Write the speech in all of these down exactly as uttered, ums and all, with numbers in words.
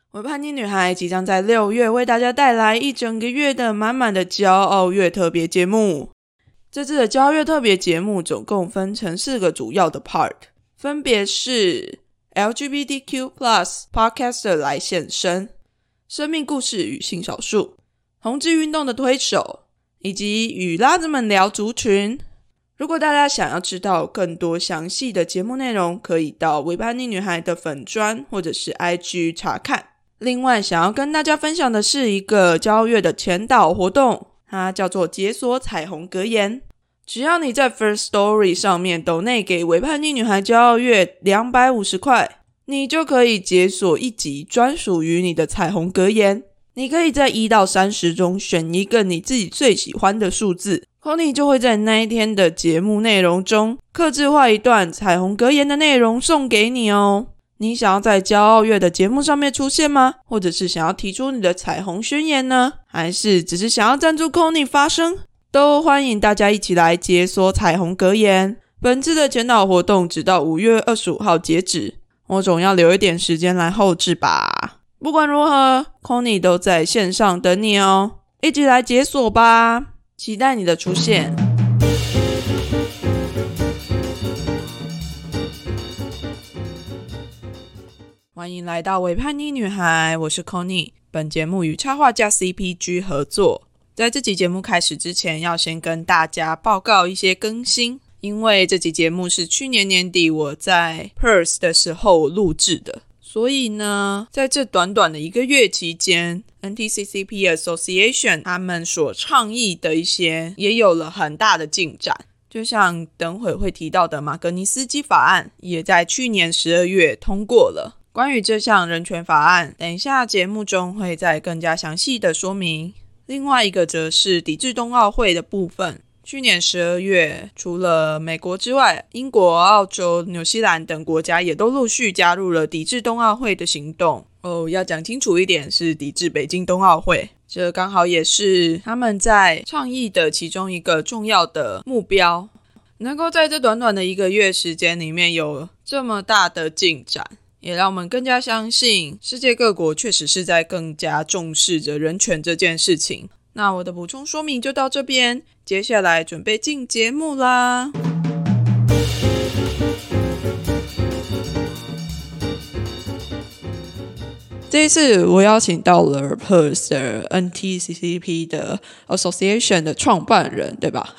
我叛逆女孩即将在六月为大家带来一整个月的满满的骄傲月特别节目。这次的骄傲月特别节目总共分成四个主要的 part， 分别是 L G B T Q plus podcaster 来现身、生命故事与性少数、同志运动的推手，以及与拉子们聊族群。如果大家想要知道更多详细的节目内容，可以到伪叛逆女孩的粉专或者是 I G 查看。另外想要跟大家分享的是一个骄傲月的前导活动，它叫做解锁彩虹格言。只要你在 First Story 上面抖内给伪叛逆女孩骄傲月两百五十块，你就可以解锁一集专属于你的彩虹格言。你可以在一到三十中选一个你自己最喜欢的数字， Connie 就会在那一天的节目内容中客制化一段彩虹格言的内容送给你哦。你想要在骄傲月的节目上面出现吗？或者是想要提出你的彩虹宣言呢？还是只是想要赞助 Connie 发声？都欢迎大家一起来解锁彩虹格言。本次的前导活动直到五月二十五号截止，我总要留一点时间来后置吧。不管如何 Connie 都在线上等你哦，一起来解锁吧，期待你的出现。欢迎来到伪叛逆女孩，我是 Connie。 本节目与插画家 C P G 合作。在这集节目开始之前，要先跟大家报告一些更新，因为这集节目是去年年底我在 Perth 的时候录制的，所以呢在这短短的一个月期间， N T C C P Association 他们所倡议的一些也有了很大的进展。就像等会会提到的马格尼斯基法案也在去年十二月通过了。关于这项人权法案，等一下节目中会再更加详细的说明。另外一个则是抵制冬奥会的部分。去年十二月，除了美国之外，英国、澳洲、纽西兰等国家也都陆续加入了抵制冬奥会的行动。哦，要讲清楚一点，是抵制北京冬奥会。这刚好也是他们在倡议的其中一个重要的目标。能够在这短短的一个月时间里面有这么大的进展，也让我们更加相信世界各国确实是在更加重视着人权这件事情。那我的补充说明就到这边，接下来准备进节目啦。这一次我邀请到了 Perth 的 N T C C P 的 Association 的创办人，对吧？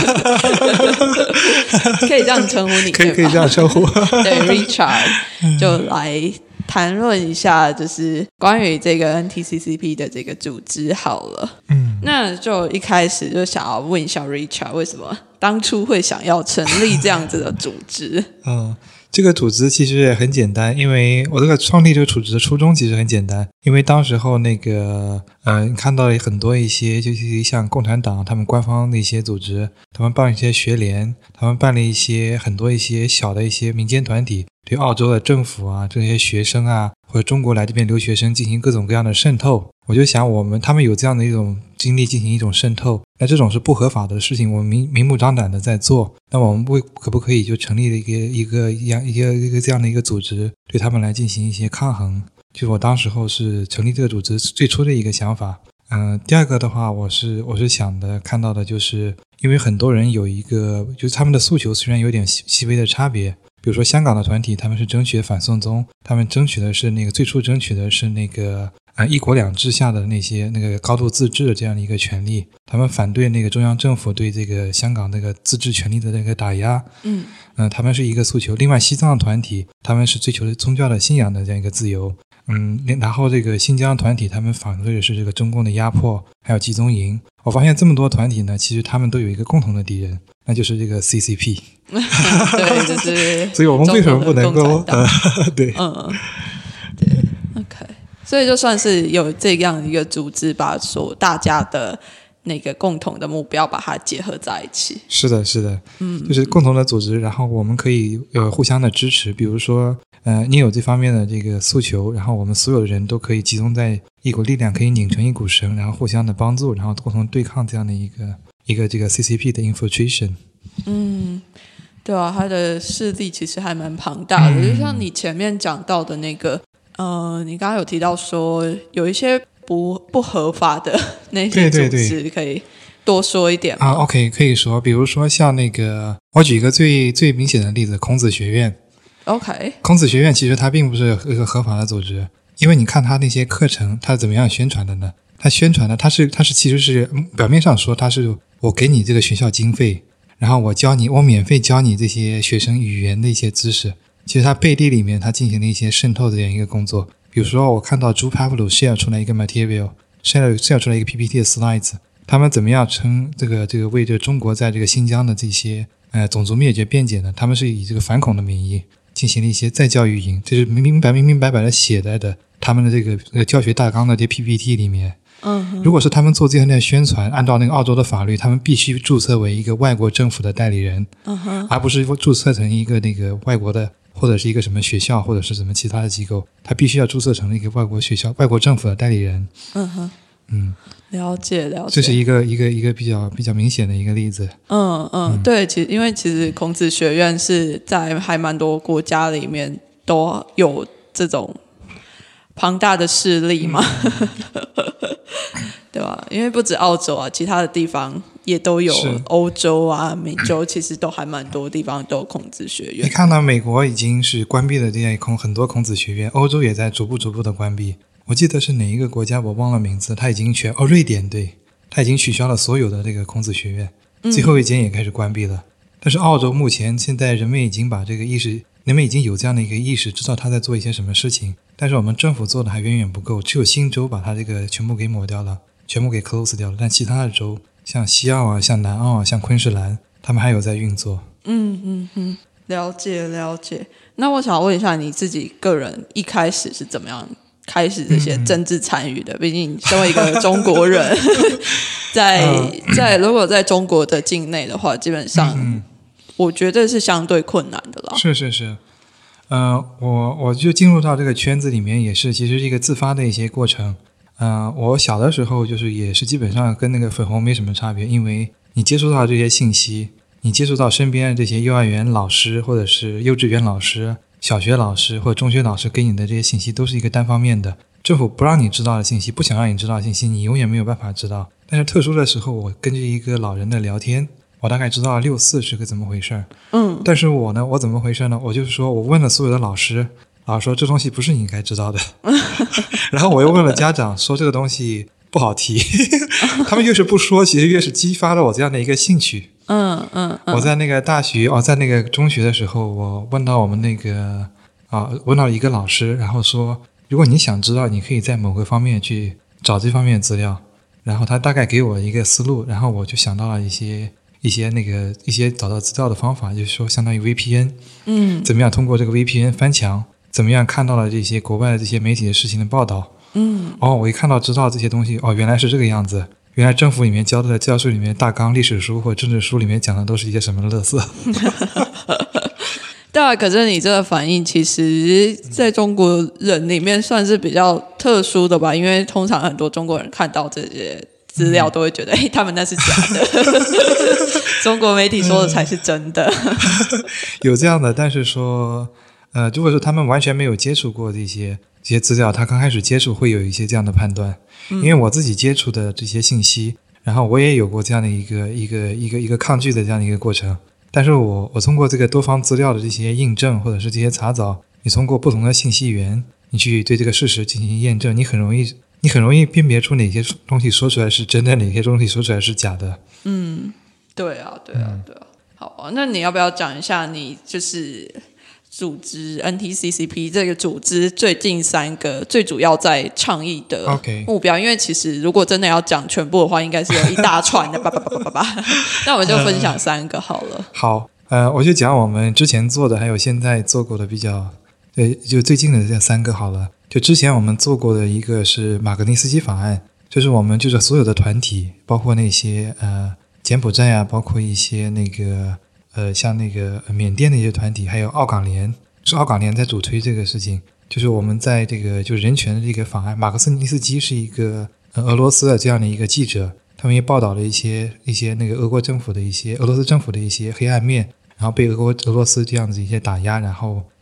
可以这样称呼你， 可以可以这样称呼。 对 Richard 就来谈论一下就是关于这个 N T C C P 的这个组织好了。嗯，那就一开始就想要问一下 Richard 为什么当初会想要成立这样子的组织。 嗯，这个组织其实也很简单，因为我这个创立这个组织的初衷其实很简单，因为当时候那个呃，看到了很多一些就是像共产党他们官方的一些组织，他们办一些学联，他们办了一些很多一些小的一些民间团体，对澳洲的政府啊，这些学生啊，或者中国来这边留学生进行各种各样的渗透。我就想我们他们有这样的一种经历进行一种渗透，那这种是不合法的事情，我们明明目张胆的在做，那我们不可不可以就成立了一个一个一样一个一个这样的一个组织，对他们来进行一些抗衡。就是我当时候是成立这个组织最初的一个想法。嗯、呃，第二个的话，我是我是想的看到的就是因为很多人有一个就是他们的诉求虽然有点细细微的差别，比如说香港的团体他们是争取反送中，他们争取的是那个最初争取的是那个呃一国两制下的那些那个高度自治的这样的一个权利，他们反对那个中央政府对这个香港那个自治权利的那个打压。嗯，呃，他们是一个诉求。另外西藏的团体他们是追求宗教的信仰的这样一个自由。嗯，然后这个新疆团体他们反对的是这个中共的压迫还有集中营。我发现这么多团体呢，其实他们都有一个共同的敌人，那就是这个 C C P。 对，就是所以我们为什么不能够呃，对， 嗯，对 OK， 所以就算是有这样一个组织把所大家的那个共同的目标把它结合在一起。 是的是的，嗯，就是共同的组织，然后我们可以呃互相的支持，比如说呃你有这方面的这个诉求，然后我们所有的人都可以集中在一股力量，可以拧成一股绳，然后互相的帮助，然后共同对抗这样的一个一个这个 C C P 的 infiltration。 嗯，对啊，它的势力其实还蛮庞大的。嗯，就像你前面讲到的那个呃，你刚刚有提到说有一些不不合法的那些组织， 对对对， 可以多说一点吗？ 啊 ，OK， 可以说，比如说像那个，我举一个最最明显的例子，孔子学院。 OK， 孔子学院其实它并不是一个合法的组织，因为你看它那些课程，它怎么样宣传的呢？它宣传的，它是它是其实是表面上说它是我给你这个学校经费，然后我教你，我免费教你这些学生语言的一些知识。其实它背地里面它进行了一些渗透的这样一个工作。比如说我看到朱帕布鲁 share 出来一个 material， share share 出来一个 P P T 的 slides， 他们怎么样称这个这个为这个中国在这个新疆的这些呃种族灭绝辩解呢？他们是以这个反恐的名义进行了一些再教育营，这是明明白明明白白的写在的他们的这个这个教学大纲的这 P P T 里面。 嗯， 如果是他们做这样的宣传，按照那个澳洲的法律，他们必须注册为一个外国政府的代理人， 嗯哼， 而不是注册成一个那个外国的或者是一个什么学校或者是什么其他的机构，他必须要注册成一个外国学校、外国政府的代理人。 嗯哼， 嗯， 了解了解， 这是一个一个一个比较比较明显的一个例子。 嗯嗯，对，其实因为其实孔子学院是在还蛮多国家里面都有这种庞大的势力嘛，嗯、对吧？因为不止澳洲啊，其他的地方也都有，欧洲啊、美洲其实都还蛮多地方都有孔子学院。 你看到美国已经是关闭了这样孔很多孔子学院，欧洲也在逐步逐步的关闭。我记得是哪一个国家我忘了名字，它已经全哦瑞典对，它已经取消了所有的这个孔子学院，最后一间也开始关闭了。嗯、但是澳洲目前现在人们已经把这个意识，人们已经有这样的一个意识，知道他在做一些什么事情。但是我们政府做的还远远不够，只有新州把它这个全部给抹掉了，全部给 close 掉了。但其他的州，像西澳啊、像南澳啊、像昆士兰，他们还有在运作。 嗯嗯嗯，了解了解。那我想问一下，你自己个人一开始是怎么样开始这些政治参与的？嗯、毕竟你身为一个中国人，在在如果在中国的境内的话，基本上、嗯、我觉得是相对困难的啦。 是是是。呃，我我就进入到这个圈子里面也是，其实是一个自发的一些过程。呃，我小的时候就是也是基本上跟那个粉红没什么差别，因为你接触到这些信息，你接触到身边的这些幼儿园老师或者是幼稚园老师、小学老师或者中学老师给你的这些信息都是一个单方面的，政府不让你知道的信息，不想让你知道的信息，你永远没有办法知道。但是特殊的时候，我根据一个老人的聊天，我大概知道六四是个怎么回事。嗯，但是我呢，我怎么回事呢？我就是说我问了所有的老师，老师说这东西不是你应该知道的。然后我又问了家长，说这个东西不好提。他们越是不说，其实越是激发了我这样的一个兴趣。嗯嗯。嗯我在那个大学哦，在那个中学的时候，我问到我们那个啊，问到一个老师，然后说，如果你想知道，你可以在某个方面去找这方面的资料。然后他大概给我一个思路，然后我就想到了一些。一些那个一些找到资料的方法，就是说相当于 V P N， 嗯，怎么样通过这个 V P N 翻墙，怎么样看到了这些国外的这些媒体的事情的报道，嗯，哦，我一看到知道这些东西，哦，原来是这个样子，原来政府里面教的教书里面大纲、历史书或者政治书里面讲的都是一些什么垃圾。 对啊，可是你这个反应其实在中国人里面算是比较特殊的吧，因为通常很多中国人看到这些资料都会觉得，哎、嗯，他们那是假的，中国媒体说的才是真的。 有这样的，但是说，呃，如果说他们完全没有接触过这些这些资料，他刚开始接触会有一些这样的判断。嗯、因为我自己接触的这些信息，然后我也有过这样的一个一个一个一个抗拒的这样的一个过程。但是我我通过这个多方资料的这些印证，或者是这些查找，你通过不同的信息源，你去对这个事实进行验证，你很容易。你很容易辨别出哪些东西说出来是真的，哪些东西说出来是假的。 嗯，对啊，对啊，对啊。好啊，那你要不要讲一下你就是组织 N T C C P 这个组织最近三个最主要在倡议的目标？ Okay. 因为其实如果真的要讲全部的话，应该是有一大串的，叭叭叭叭叭。那我们就分享三个好了。呃、 好，呃，我就讲我们之前做的，还有现在做过的比较，呃，就最近的这三个好了。就之前我们做过的一个是马格尼斯基法案，就是我们就是所有的团体，包括那些呃柬埔寨啊，包括一些那个呃像那个缅甸的一些团体，还有澳港联，是澳港联在主推这个事情。就是我们在这个就是人权的这个法案，马克思尼斯基是一个、呃、俄罗斯的这样的一个记者，他们也报道了一些一些那个俄国政府的一些俄罗斯政府的一些黑暗面，然后被俄国俄罗斯这样子一些打压，然后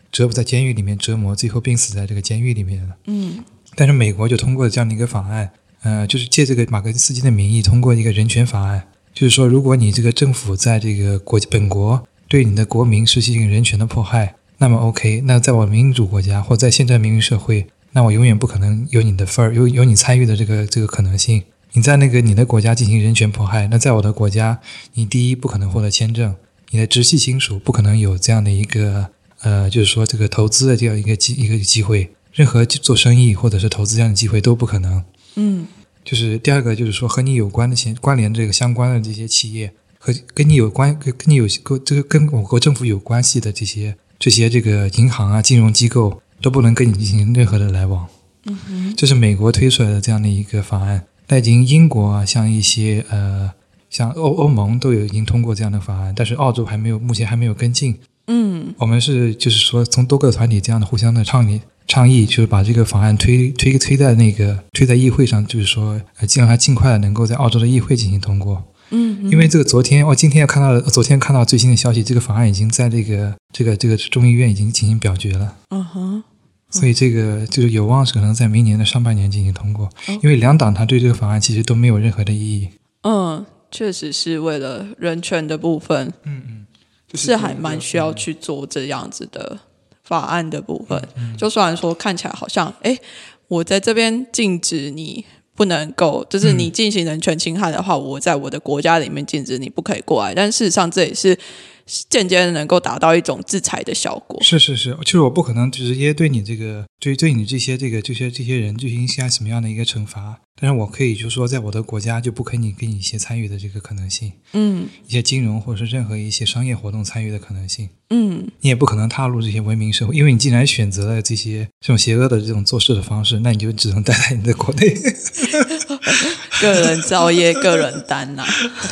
折在监狱里面折磨，最后病死在这个监狱里面了。 嗯， 但是美国就通过这样的一个法案，呃，就是借这个马格尼斯基的名义通过一个人权法案，就是说如果你这个政府在这个国本国对你的国民实行人权的迫害，那么 OK， 那在我民主国家或在现在民主社会，那我永远不可能有你的份儿，有有你参与的这个这个可能性。你在那个你的国家进行人权迫害，那在我的国家，你第一不可能获得签证，你的直系亲属不可能有这样的一个呃，就是说这个投资的这样一个机一个机会，任何做生意或者是投资这样的机会都不可能。 嗯， 就是第二个就是说和你有关的钱关联这个相关的这些企业和跟你有关跟你有这个跟我国政府有关系的这些这些这个银行啊金融机构都不能跟你进行任何的来往。 嗯哼， 这是美国推出来的这样的一个法案。那已经英国啊，像一些呃，像欧欧盟都有已经通过这样的法案，但是澳洲还没有，目前还没有跟进。 嗯， 我们是就是说从多个团体这样的互相的倡议倡议，就是把这个法案推推推在那个推在议会上，就是说呃，让它尽快的能够在澳洲的议会进行通过。 嗯， 因为这个昨天我、哦、今天又看到昨天看到最新的消息，这个法案已经在这个这个这个众议院已经进行表决了。 嗯哼。 所以这个就是有望是可能在明年的上半年进行通过，因为两党他对这个法案其实都没有任何的意义。 嗯，确实是为了人权的部分， 嗯嗯，就是、 是还蛮需要去做这样子的法案的部分。嗯嗯、就虽然说看起来好像，哎，我在这边禁止你不能够，就是你进行人权侵害的话，嗯、我在我的国家里面禁止你不可以过来，但事实上这也是间接的能够达到一种制裁的效果。 是是是，就是我不可能直接对你这个对对你这些这个这些这些人进行下什么样的一个惩罚，但是我可以就是说在我的国家就不可以给你一些参与的这个可能性， 嗯， 一些金融或者是任何一些商业活动参与的可能性， 嗯，你也不可能踏入这些文明社会，因为你既然选择了这些这种邪恶的这种做事的方式，那你就只能待在你的国内。 个人造业，个人担呐、啊。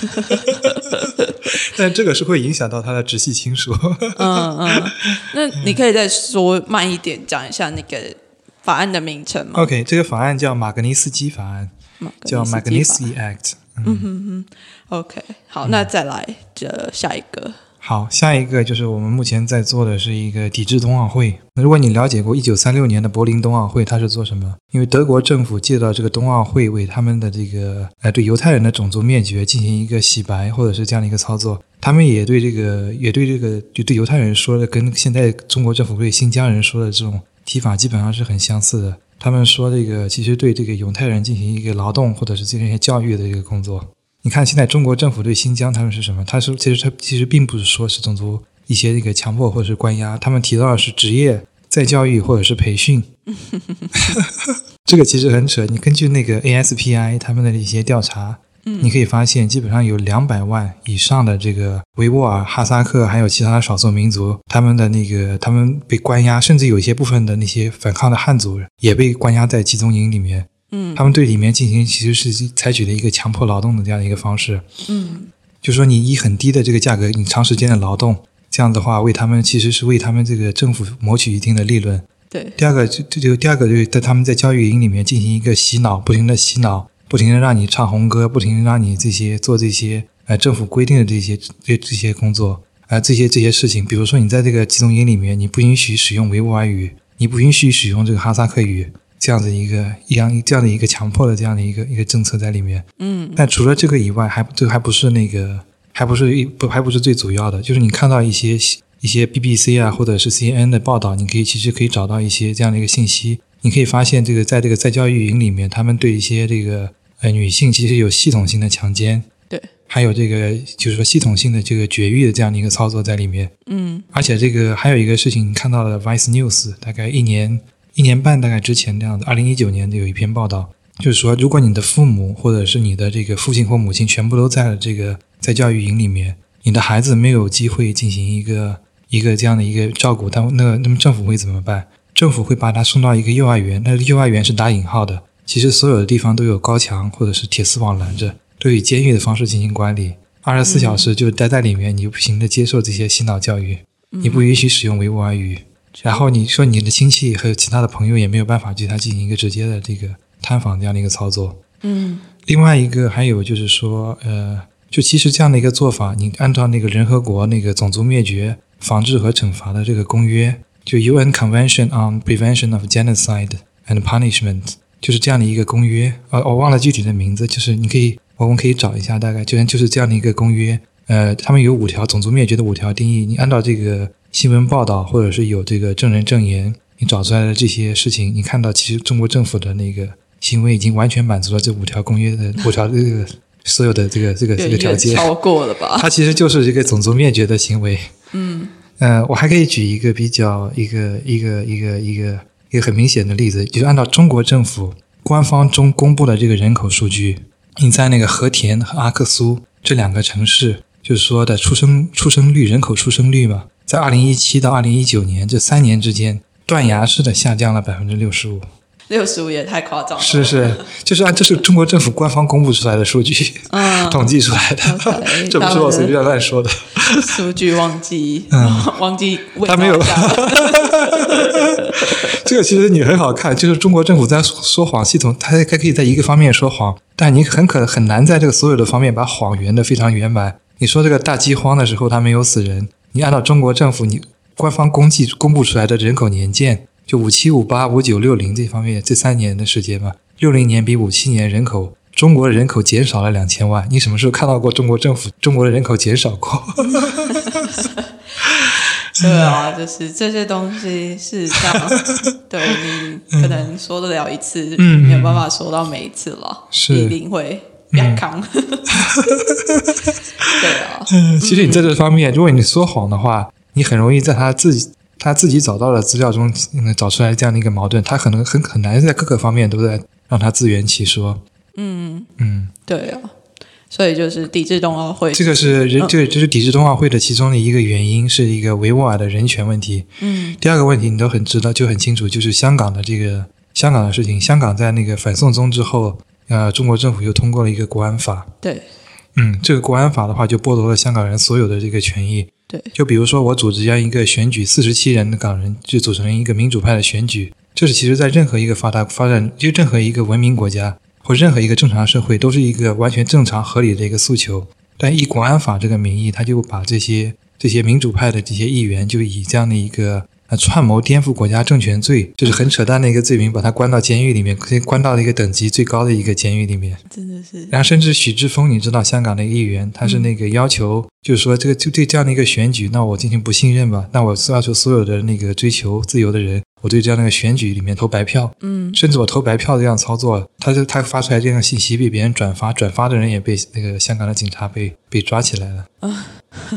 但这个是会影响到他的直系亲属。 嗯嗯，那你可以再说慢一点讲一下那个法案的名称吗 ？OK， 这个法案叫马格尼斯基法案，叫 Magnitsky Act。 嗯哼哼 ，OK， 好，那再来这下一个。 好，下一个就是我们目前在做的是一个抵制冬奥会。如果你了解过一九三六年的柏林冬奥会，它是做什么？因为德国政府借到这个冬奥会为他们的这个呃对犹太人的种族灭绝进行一个洗白，或者是这样的一个操作。他们也对这个也对这个就对犹太人说的跟现在中国政府对新疆人说的这种提法基本上是很相似的。他们说这个其实对这个犹太人进行一个劳动或者是进行一些教育的一个工作。你看现在中国政府对新疆他们是什么？他是其实他其实并不是说是种族一些这个强迫或者是关押，他们提到的是职业再教育或者是培训。这个其实很扯，你根据那个 A S P I 他们的一些调查，嗯、你可以发现基本上有两百万以上的这个维吾尔、哈萨克还有其他的少数民族，他们的那个他们被关押，甚至有一些部分的那些反抗的汉族人也被关押在集中营里面。嗯，他们对里面进行其实是采取了一个强迫劳动的这样的一个方式。嗯，就是说你以很低的这个价格，你长时间的劳动，这样的话为他们其实是为他们这个政府谋取一定的利润。 对。第二个就就第二个就是在他们在教育营里面进行一个洗脑，不停的洗脑，不停的让你唱红歌，不停的让你这些做这些呃政府规定的这些这这些工作啊、呃、这些这些事情，比如说你在这个集中营里面，你不允许使用维吾尔语，你不允许使用这个哈萨克语。这样的一个一样这样的一个强迫的这样的一个一个政策在里面，嗯，但除了这个以外，还这个还不是那个，还不是不还不是最主要的，就是你看到一些一些 B B C 啊或者是 C N N 的报道，你可以其实可以找到一些这样的一个信息，你可以发现这个在这个在教育营里面，他们对一些这个呃女性其实有系统性的强奸， 对， 还有这个就是说系统性的这个绝育的这样的一个操作在里面，嗯，而且这个还有一个事情，你看到了 Vice News 大概一年。一年半大概之前这样的，二零一九年有一篇报道，就是说，如果你的父母或者是你的这个父亲或母亲全部都在了这个在教育营里面，你的孩子没有机会进行一个一个这样的一个照顾，但那那么政府会怎么办？政府会把他送到一个幼儿园，那幼儿园是打引号的，其实所有的地方都有高墙或者是铁丝网拦着，都以监狱的方式进行管理，二十四小时就待在里面，你不停的接受这些洗脑教育，你不允许使用维吾尔语。然后你说你的亲戚和其他的朋友也没有办法对他进行一个直接的这个探访这样的一个操作。嗯，另外一个还有就是说，呃，就其实这样的一个做法，你按照那个联合国那个种族灭绝防治和惩罚的这个公约， 就 U N Convention on Prevention of Genocide and Punishment， 就是这样的一个公约。呃，我忘了具体的名字，就是你可以我们可以找一下，大概就就是这样的一个公约。呃，他们有五条种族灭绝的五条定义，你按照这个新闻报道或者是有这个证人证言，你找出来的这些事情，你看到其实中国政府的那个行为已经完全满足了这五条公约的五条这个所有的这个这个这个条件， 超过了吧？ 它其实就是这个种族灭绝的行为。 嗯， 呃，我还可以举一个比较一个一个一个一个一个很明显的例子，就是按照中国政府官方中公布的这个人口数据，你在那个和田和阿克苏这两个城市，就是说的出生出生率人口出生率嘛，在二零一七到二零一九年这三年之间，断崖式的下降了百分之六十五。 六十五也太夸张了。 是是，就是按这是中国政府官方公布出来的数据，嗯，统计出来的， okay, 这不是我随便乱说的。 数据忘记，嗯，忘记问他没有。这个其实你很好看，就是中国政府在说谎系统，它还可以在一个方面说谎，但你很可很难在这个所有的方面把谎圆得非常圆满。你说这个大饥荒的时候它没有死人，你按照中国政府你官方公记公布出来的人口年鉴，就五七五八五九六零这方面这三年的时间嘛，六零年比五七年人口中国的人口减少了两千万。你什么时候看到过中国政府中国的人口减少过？ 对啊，就是这些东西事实上对你可能说得了一次，嗯、没有办法说到每一次了， 是一定会亚康。嗯、对啊、 嗯，其实你在这方面，如果你说谎的话，你很容易在他自己他自己找到的资料中找出来这样的一个矛盾，他可能很很难在各个方面都在让他自圆其说。 嗯嗯， 对啊，所以就是抵制冬奥会， 这个是人，这个就是抵制冬奥会的其中的一个原因，是一个维吾尔的人权问题。 嗯， 第二个问题你都很知道，就很清楚，就是香港的这个香港的事情。香港在那个反送中之后，呃，中国政府又通过了一个国安法。 对， 嗯，这个国安法的话，就剥夺了香港人所有的这个权益。 对， 就比如说我组织这样一个选举，四十七人的港人就组成一个民主派的选举，这是其实在任何一个发达发展，就任何一个文明国家或任何一个正常社会都是一个完全正常合理的一个诉求。但以国安法这个名义，他就把这些这些民主派的这些议员就以这样的一个呃串谋颠覆国家政权罪，就是很扯淡的一个罪名，把他关到监狱里面，可以关到了一个等级最高的一个监狱里面。 真的是。 然后甚至许志峰，你知道香港的议员，他是那个要求，嗯、就是说这个就对这样的一个选举，那我进行不信任吧，那我要求所有的那个追求自由的人，我对这样的一个选举里面投白票。 嗯， 甚至我投白票这样操作，他就他发出来这样的信息被别人转发，转发的人也被那个香港的警察被被抓起来了。啊，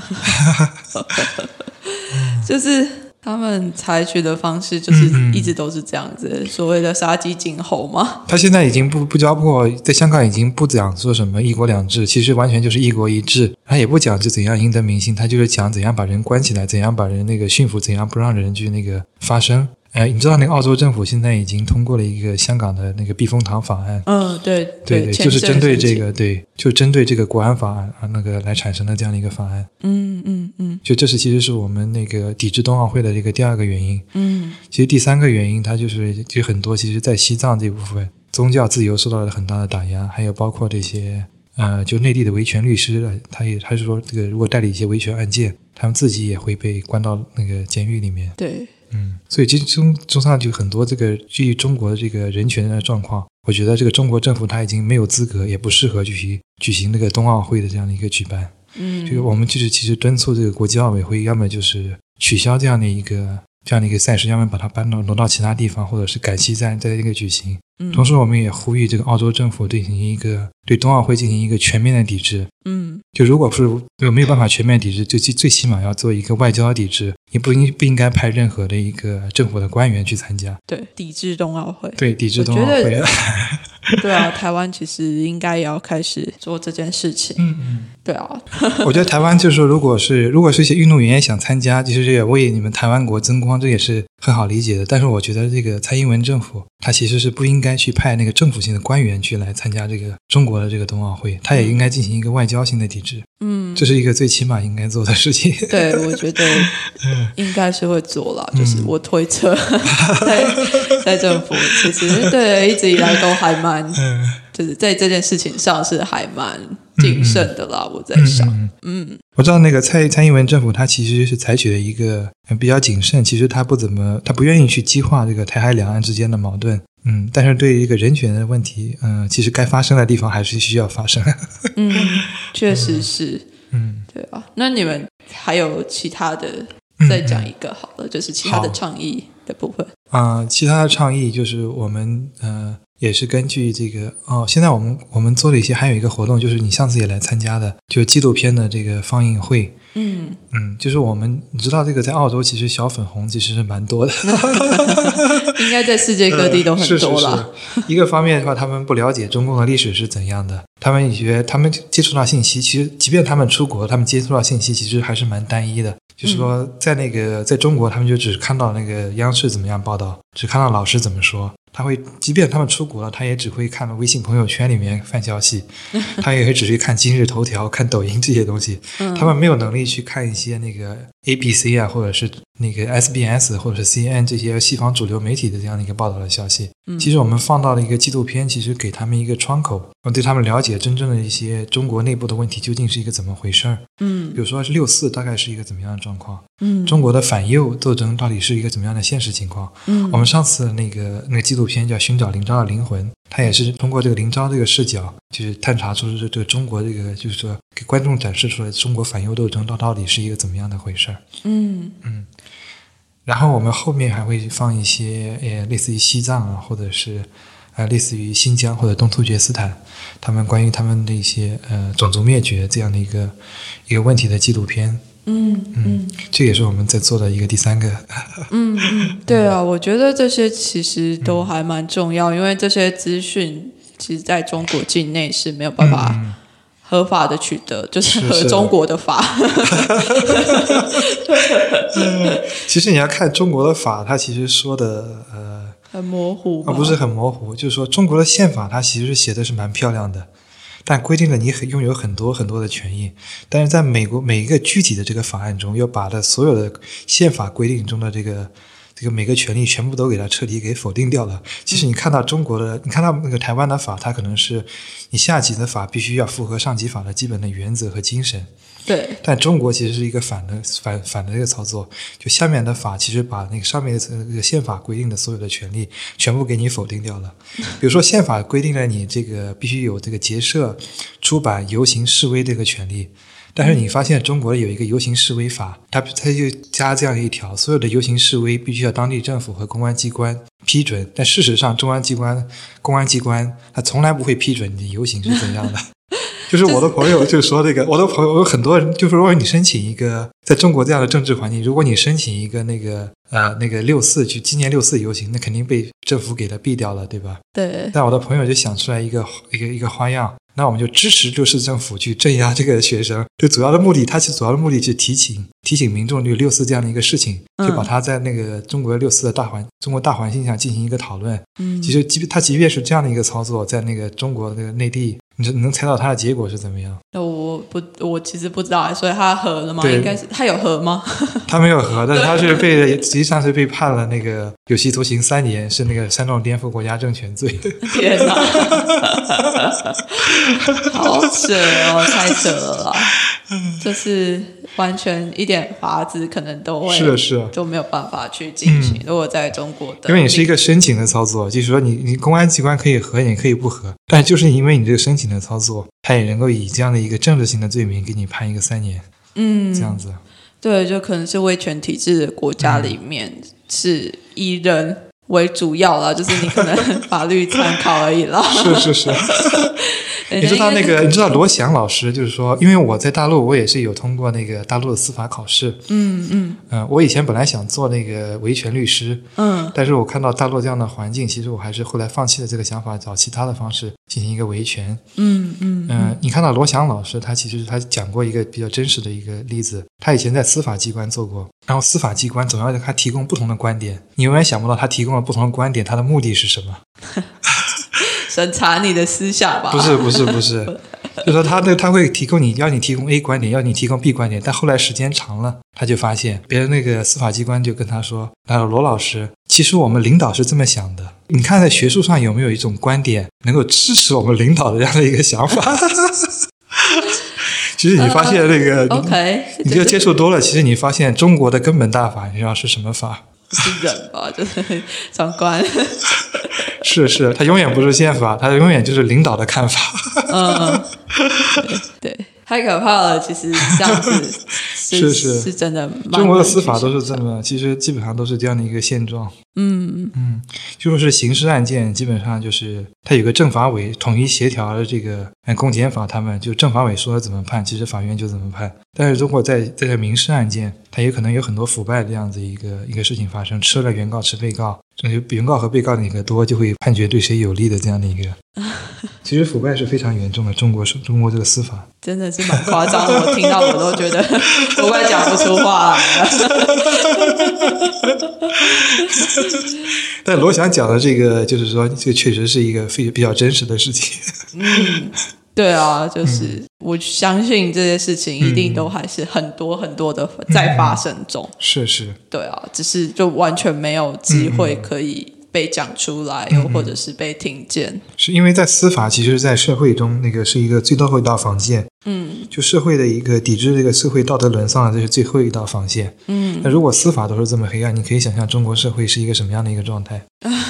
就是他们采取的方式就是一直都是这样子，嗯嗯所谓的杀鸡儆猴嘛。 他现在已经不不包括在香港已经不讲说什么一国两制，其实完全就是一国一制。他也不讲就怎样赢得民心，他就是讲怎样把人关起来，怎样把人那个驯服，怎样不让人去那个发声。哎，你知道那个澳洲政府现在已经通过了一个香港的那个避风塘法案。 嗯，对对对，就是针对这个，对，就针对这个国安法啊那个来产生的这样的一个法案。 嗯嗯嗯， 就这是其实是我们那个抵制冬奥会的这个第二个原因。 嗯， 其实第三个原因，它就是就很多，其实在西藏这部分，宗教自由受到了很大的打压，还有包括这些呃，就内地的维权律师，他也他是说这个如果代理一些维权案件，他们自己也会被关到那个监狱里面。 对。 嗯，所以其实中中上就很多这个基于中国的这个人权的状况，我觉得这个中国政府他已经没有资格，也不适合举行举行那个冬奥会的这样的一个举办。 嗯， 就是我们就是其实敦促这个国际奥委会，要么就是取消这样的一个这样的一个赛事，要么把它搬到挪到其他地方，或者是改期在在这个举行。 嗯， 同时我们也呼吁这个澳洲政府进行一个对冬奥会进行一个全面的抵制。 嗯， 就如果是没有办法全面抵制，就最起码要做一个外交抵制，你不应不应该派任何的一个政府的官员去参加。 对，抵制冬奥会。 对，抵制冬奥会。 对啊，台湾其实应该也要开始做这件事情。 嗯嗯， 对啊。 我觉得台湾就是说，如果是如果是一些运动员也想参加，其实也为你们台湾国争光，这也是很好理解的。但是我觉得这个蔡英文政府，他其实是不应该去派那个政府性的官员去来参加这个中国的这个冬奥会，他也应该进行一个外交性的抵制。 嗯， 这是一个最起码应该做的事情。 对，我觉得应该是会做啦，嗯、就是我推测在在政府其实对一直以来都还蛮，嗯、就是在这件事情上是还蛮谨慎的啦。嗯、我在想，嗯，嗯我知道那个蔡蔡英文政府，他其实是采取了一个比较谨慎，其实他不怎么，他不愿意去激化这个台海两岸之间的矛盾。嗯，但是对于一个人权的问题，嗯、呃，其实该发生的地方还是需要发生。 嗯，确实是。 嗯， 对啊。那你们还有其他的？再讲一个好了，嗯嗯就是其他的倡议的部分。 啊、呃，其他的倡议就是我们呃也是根据这个哦，现在我们我们做了一些，还有一个活动，就是你上次也来参加的，就是纪录片的这个放映会。 嗯嗯，就是我们你知道这个在澳洲其实小粉红其实是蛮多的， 应该在世界各地都很多了、 呃、是是是。一个方面的话，他们不了解中共的历史是怎样的，他们也觉得他们接触到信息，其实即便他们出国，他们接触到信息其实还是蛮单一的。就是说在那个在中国，他们就只看到那个央视怎么样报道，只看到老师怎么说。他会，即便他们出国了，他也只会看微信朋友圈里面发消息，他也会只会看今日头条、看抖音这些东西。他们没有能力去看一些那个 A B C 啊，或者是那个 S B S 或者是 C N N 这些西方主流媒体的这样的一个报道的消息。其实我们放到了一个纪录片，其实给他们一个窗口，对他们了解真正的一些中国内部的问题究竟是一个怎么回事。嗯，比如说六四大概是一个怎么样的状况？嗯，中国的反右斗争到底是一个怎么样的现实情况？嗯，我们上次那个那个纪录片叫《寻找林昭的灵魂》，它也是通过这个林昭这个视角，就是探查出这个中国这个，就是说给观众展示出来中国反右斗争到到底是一个怎么样的回事。嗯嗯。然后我们后面还会放一些呃类似于西藏啊，或者是呃类似于新疆或者东突厥斯坦，他们关于他们的一些呃种族灭绝这样的一个一个问题的纪录片。嗯嗯，这也是我们在做的一个第三个。 嗯嗯，对啊，我觉得这些其实都还蛮重要，因为这些资讯其实在中国境内是没有办法合法的取得，嗯、就是合中国的法。 嗯、其实你要看中国的法，它其实说的呃很模糊吧， 啊不是很模糊，就是说中国的宪法它其实写的是蛮漂亮的。但规定了你拥有很多很多的权益，但是在美国每一个具体的这个法案中，又把的所有的宪法规定中的这个这个每个权利全部都给它彻底给否定掉了。其实你看到中国的，你看到那个台湾的法，它可能是你下级的法必须要符合上级法的基本的原则和精神。 对， 但中国其实是一个反的反反的这个操作，就下面的法其实把那个上面的这个宪法规定的所有的权利全部给你否定掉了。比如说宪法规定了你这个必须有这个结社、出版、游行、示威这个权利，但是你发现中国有一个游行示威法，它它就加这样一条，所有的游行示威必须要当地政府和公安机关批准，但事实上中央机关、公安机关它从来不会批准你的游行是怎样的。就是我的朋友就说这个，我的朋友有很多人就是如果你申请一个在中国这样的政治环境，如果你申请一个那个呃那个六四去纪念六四游行，那肯定被政府给它毙掉了，对吧？ 对。 但我的朋友就想出来一个一个一个花样，那我们就支持六四政府去镇压这个学生。对，主要的目的，他其实主要的目的是提醒提醒民众对六四这样的一个事情，就把它在那个中国六四的大环中国大环境下进行一个讨论。嗯，其实即他即便是这样的一个操作，在那个中国那个内地。你能猜到他的结果是怎么样？ 我不，我其实不知道，所以他合了吗？应该是他有合吗？他没有合，但是他是被实际上是被判了那个有期徒刑三年，是那个煽动颠覆国家政权罪。 天哪，好扯哦，太扯了啦！就是完全一点法子可能都会是是都没有办法去进行。嗯、如果在中国的， 因为你是一个申请的操作，就是说你你公安机关可以合，也可以不合，但就是因为你这个申请的操作，他也能够以这样的一个政治性的罪名给你判一个三年。嗯，这样子。 对，就可能是威权体制的国家里面、嗯、是以人为主要啦，就是你可能法律参考而已啦。是是是。你知道那个，你知道罗翔老师，就是说，因为我在大陆，我也是有通过那个大陆的司法考试。嗯嗯。嗯、呃，我以前本来想做那个维权律师。嗯。但是我看到大陆这样的环境，其实我还是后来放弃了这个想法，找其他的方式进行一个维权。嗯嗯。嗯、呃，你看到罗翔老师，他其实他讲过一个比较真实的一个例子，他以前在司法机关做过，然后司法机关总要给他提供不同的观点，你永远想不到他提供了不同的观点，他的目的是什么。 审查你的思想吧？ 不是不是不是，就是说他他会提供你要你提供 A 观点，要你提供 B 观点，但后来时间长了，他就发现别人那个司法机关就跟他说：“那罗老师，其实我们领导是这么想的，你看在学术上有没有一种观点能够支持我们领导的这样的一个想法？” 其实你发现那个、 呃、OK 你就接触多了，其实你发现中国的根本大法你知道是什么法？ 是人吧，就是长官。 是是，他永远不是宪法，他永远就是领导的看法。 嗯，对对，太可怕了。其实这样子是是是是真的， 中国的司法都是这么，其实基本上都是这样的一个现状。 嗯嗯，就是刑事案件基本上就是它有个政法委统一协调的这个，嗯，公检法他们就政法委说了怎么判，其实法院就怎么判。但是如果在在这民事案件，它也可能有很多腐败的这样子一个一个事情发生，吃了原告吃被告，原告和被告的哪个多，就会判决对谁有利的这样的一个。其实腐败是非常严重的，中国中国这个司法真的是蛮夸张的，我听到我都觉得我快讲不出话来了。 但罗翔讲的这个，就是说，这个确实是一个非比较真实的事情。 嗯，对啊，就是我相信这些事情一定都还是很多很多的在发生中。嗯、 是是， 对啊，只是就完全没有机会可以被讲出来，又、嗯、或者是被听见。 是因为在司法，其实在社会中那个是一个最后一道防线。 嗯， 就社会的一个抵制这个社会道德沦丧的，这是最后一道防线。 嗯， 那如果司法都是这么黑暗，你可以想象中国社会是一个什么样的一个状态？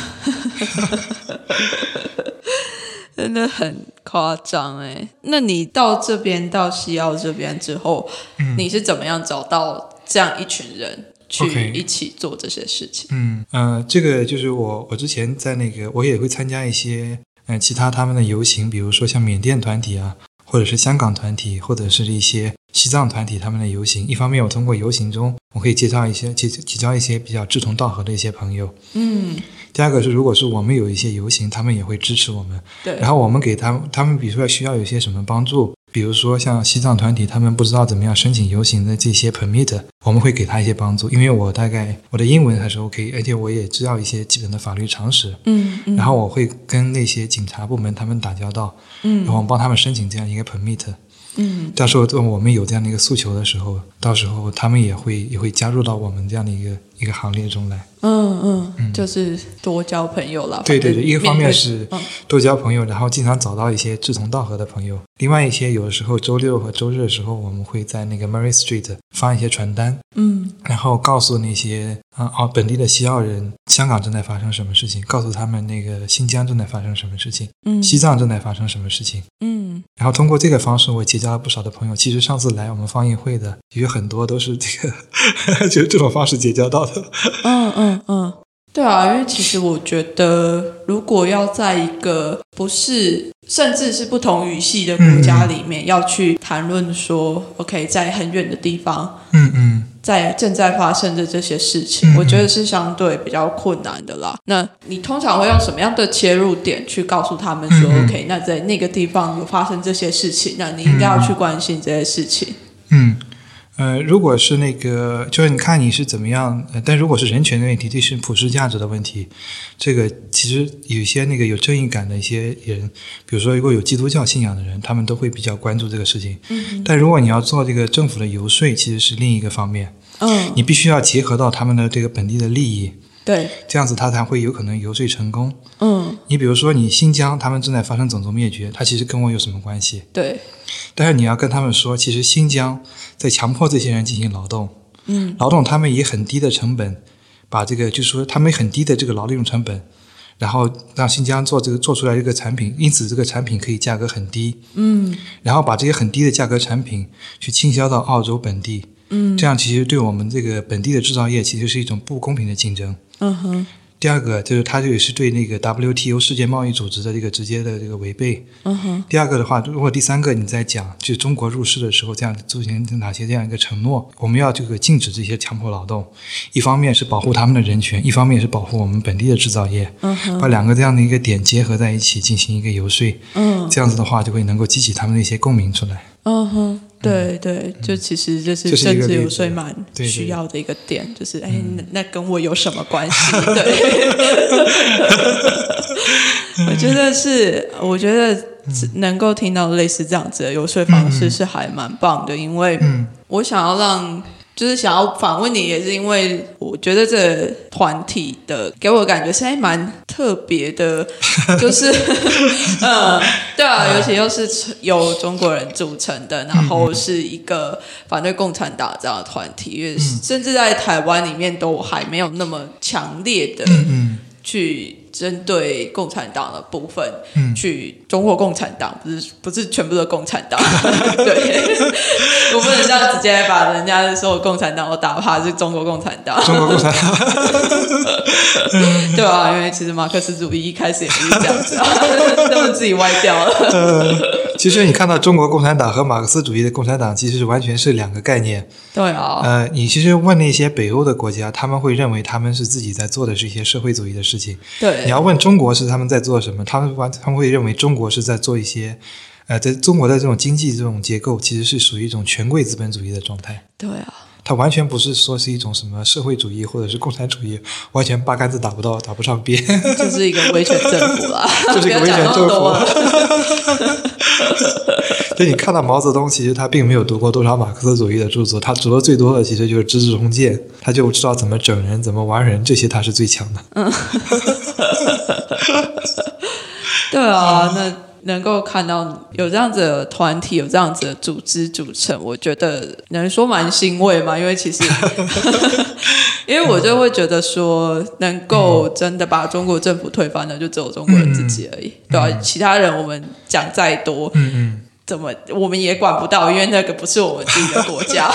真的很夸张哎！那你到这边到西澳这边之后、嗯，你是怎么样找到这样一群人去一起做这些事情？ Okay. 嗯呃，这个就是我我之前在那个我也会参加一些呃其他他们的游行，比如说像缅甸团体啊，或者是香港团体，或者是一些西藏团体他们的游行。一方面我通过游行中我可以介绍一些结结交一些比较志同道合的一些朋友。 嗯。 第二个是如果是我们有一些游行，他们也会支持我们。 对。 然后我们给他们他们比如说需要有一些什么帮助，比如说像西藏团体他们不知道怎么样申请游行的这些 permit， 我们会给他一些帮助，因为我大概我的英文还是 OK， 而且我也知道一些基本的法律常识。 嗯, 嗯然后我会跟那些警察部门他们打交道，嗯，然后我们帮他们申请这样一个 permit。嗯，到时候我们有这样的一个诉求的时候，到时候他们也会也会加入到我们这样的一个一个行列中来。 嗯嗯嗯，就是多交朋友啦。 对对对，一个方面是多交朋友，然后经常找到一些志同道合的朋友。另外一些有的时候周六和周日的时候，我们会在那个 Murray Street 发一些传单，嗯，然后告诉那些啊哦本地的西澳人，香港正在发生什么事情，告诉他们那个新疆正在发生什么事情，嗯，西藏正在发生什么事情，嗯，然后通过这个方式，我结交了不少的朋友。其实上次来我们放映会的有很多都是这个就是这种方式结交到的。 嗯嗯嗯，对啊，因为其实我觉得，如果要在一个不是甚至是不同语系的国家里面，嗯、要去谈论说 ，OK， 在很远的地方， 嗯嗯， 在正在发生的这些事情，嗯、我觉得是相对比较困难的啦。那你通常会用什么样的切入点去告诉他们说、嗯、，OK， 那在那个地方有发生这些事情，那你应该要去关心这些事情。 嗯。呃，如果是那个，就是你看你是怎么样，呃，但如果是人权的问题，这是普世价值的问题，这个其实有一些那个有正义感的一些人，比如说如果有基督教信仰的人，他们都会比较关注这个事情。嗯，但如果你要做这个政府的游说，其实是另一个方面。嗯，你必须要结合到他们的这个本地的利益。 对， 这样子他才会有可能游说成功。嗯，你比如说你新疆他们正在发生种族灭绝，它其实跟我有什么关系？ 对， 但是你要跟他们说，其实新疆在强迫这些人进行劳动，嗯，劳动他们以很低的成本把这个，就是说他们很低的这个劳力用成本，然后让新疆做这个做出来这个产品，因此这个产品可以价格很低，嗯，然后把这些很低的价格产品去倾销到澳洲本地。嗯，这样其实对我们这个本地的制造业其实是一种不公平的竞争。嗯哼。第二个就是它这也是对那个 W T O 世界贸易组织的这个直接的这个违背。嗯哼。第二个的话，如果第三个你在讲就是中国入世的时候这样进行哪些这样一个承诺，我们要这个禁止这些强迫劳动，一方面是保护他们的人权，一方面是保护我们本地的制造业。嗯哼。把两个这样的一个点结合在一起进行一个游说。嗯。这样子的话就会能够激起他们的一些共鸣出来。 嗯哼。对对，就其实就是政治游说蛮需要的一个点，对对就是哎、嗯，那跟我有什么关系？对，我觉得是，我觉得能够听到类似这样子的游说方式是还蛮棒的，因为我想要让。就是想要访问你，也是因为我觉得这个团体的给我的感觉是还蛮特别的，就是嗯，对啊，尤其又是由中国人组成的，然后是一个反对共产党这样的团体，因为甚至在台湾里面都还没有那么强烈的去针对共产党的部分，嗯、去中国共产党不是不是全部的共产党，对，我不能这样直接把人家所有共产党都打趴是中国共产党， 中国共产党， 对啊，因为其实马克思主义一开始也不是这样子啊，他们自己歪掉了。 呃，其实你看到中国共产党和马克思主义的共产党其实完全是两个概念。 对啊， 呃，你其实问那些北欧的国家，他们会认为他们是自己在做的是一些社会主义的事情。 对， 你要问中国是他们在做什么，他们他们会认为中国是在做一些，呃，在中国的这种经济这种结构其实是属于一种权贵资本主义的状态。 对啊， 它完全不是说是一种什么社会主义或者是共产主义，完全八竿子打不到打不上边， 就是一个威权政府啦， 就是一个威权政府。所以你看到毛泽东，其实他并没有读过多少马克思主义的著作，他读的最多的其实就是《资治通鉴》，他就知道怎么整人、怎么玩人，这些他是最强的。嗯， 对啊，那能够看到有这样子的团体，有这样子的组织组成，我觉得能说蛮欣慰嘛，因为其实因为我就会觉得说能够真的把中国政府推翻的就只有中国人自己而已，嗯、对吧、啊？其他人我们讲再多，嗯嗯，怎么我们也管不到，因为那个不是我们自己的国家。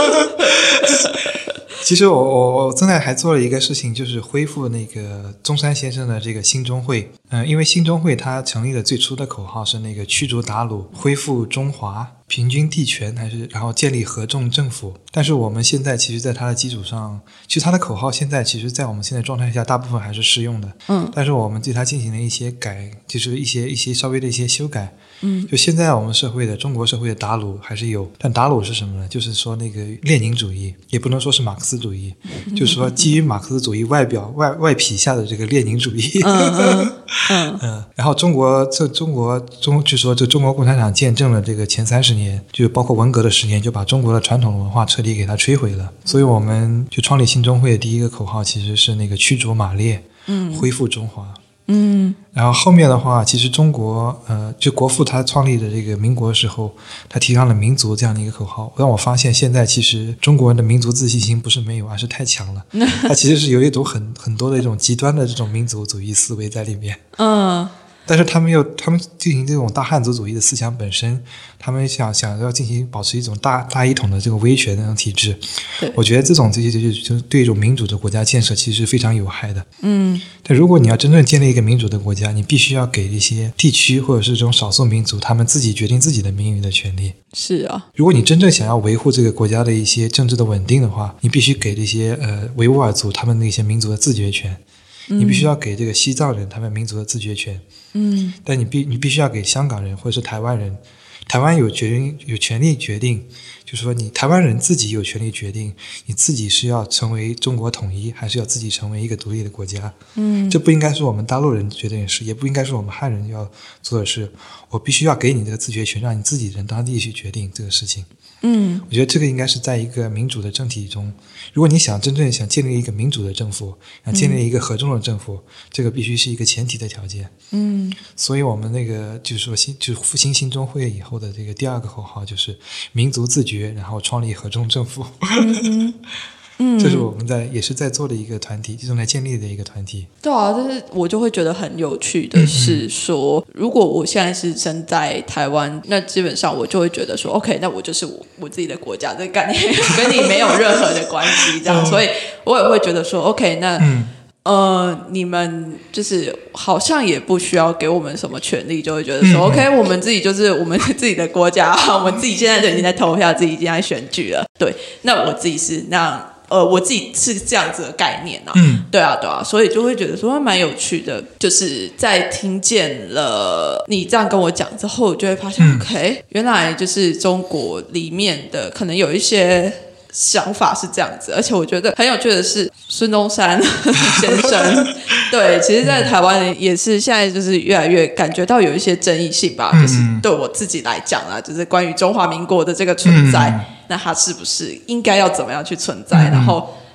其实我我我正在还做了一个事情，就是恢复那个中山先生的这个兴中会。嗯、呃，因为兴中会它成立的最初的口号是那个驱逐鞑虏，恢复中华，平均地权，还是然后建立合众政府。但是我们现在其实在它的基础上，其实它的口号现在其实在我们现在状态下大部分还是适用的。嗯，但是我们对它进行了一些改，就是一些一些稍微的一些修改。嗯，就现在我们社会的中国社会的鞑虏还是有，但鞑虏是什么呢？就是说那个列宁主义，也不能说是马克思主义，嗯、就是说基于马克思主义外表外外皮下的这个列宁主义。嗯嗯嗯, 嗯然后中国这中国中就说这中国共产党见证了这个前三十年，就包括文革的十年，就把中国的传统文化彻底给它摧毁了。所以我们就创立兴中会的第一个口号其实是那个驱逐马列，嗯，恢复中华。嗯，然后后面的话，其实中国呃，就国父他创立的这个民国的时候，他提倡了民族这样的一个口号，让我发现现在其实中国人的民族自信心不是没有，而是太强了。他其实是有一种很很多的一种极端的这种民族主义思维在里面。嗯。但是他们又，他们进行这种大汉族主义的思想本身，他们想想要进行保持一种大大一统的这个威权的那种体制，我觉得这种这些就就对一种民主的国家建设其实是非常有害的。嗯，但如果你要真正建立一个民主的国家，你必须要给一些地区或者是这种少数民族他们自己决定自己的命运的权利。 是啊， 如果你真正想要维护这个国家的一些政治的稳定的话，你必须给这些呃维吾尔族他们那些民族的自决权。你必须要给这个西藏人他们民族的自决权，嗯，但你必你必须要给香港人或者是台湾人，台湾有决定有权利决定，就是说你台湾人自己有权利决定你自己是要成为中国统一，还是要自己成为一个独立的国家，嗯，这不应该是我们大陆人决定的事，也不应该是我们汉人要做的事，我必须要给你这个自决权，让你自己人当地去决定这个事情。嗯，我觉得这个应该是在一个民主的政体中，如果你想真正想建立一个民主的政府，想建立一个合众的政府，嗯、这个必须是一个前提的条件。嗯，所以我们那个就是说新就是复兴兴中会以后的这个第二个口号就是民族自决，然后创立合众政府。嗯嗯，这是我们在也是在做的一个团体，正在建立的一个团体。 对啊，但是我就会觉得很有趣的是说，嗯嗯如果我现在是身在台湾，那基本上我就会觉得说 OK， 那我就是我我自己的国家，这个概念跟你没有任何的关系这样、嗯、所以我也会觉得说 OK， 那、嗯、呃你们就是好像也不需要给我们什么权利，就会觉得说、嗯、OK， 我们自己就是我们自己的国家，我们自己现在就已经在投票，自己已经在选举了。对，那我自己是那样呃，我自己是这样子的概念啊，嗯，对啊，对啊，所以就会觉得说蛮有趣的，就是在听见了你这样跟我讲之后，我就会发现、嗯、，OK， 原来就是中国里面的可能有一些想法是这样子，而且我觉得很有趣的是，孙中山先生，对，其实，在台湾也是现在就是越来越感觉到有一些争议性吧，就是对我自己来讲啦，就是关于中华民国的这个存在。嗯那它是不是应该要怎么样去存在、嗯、然后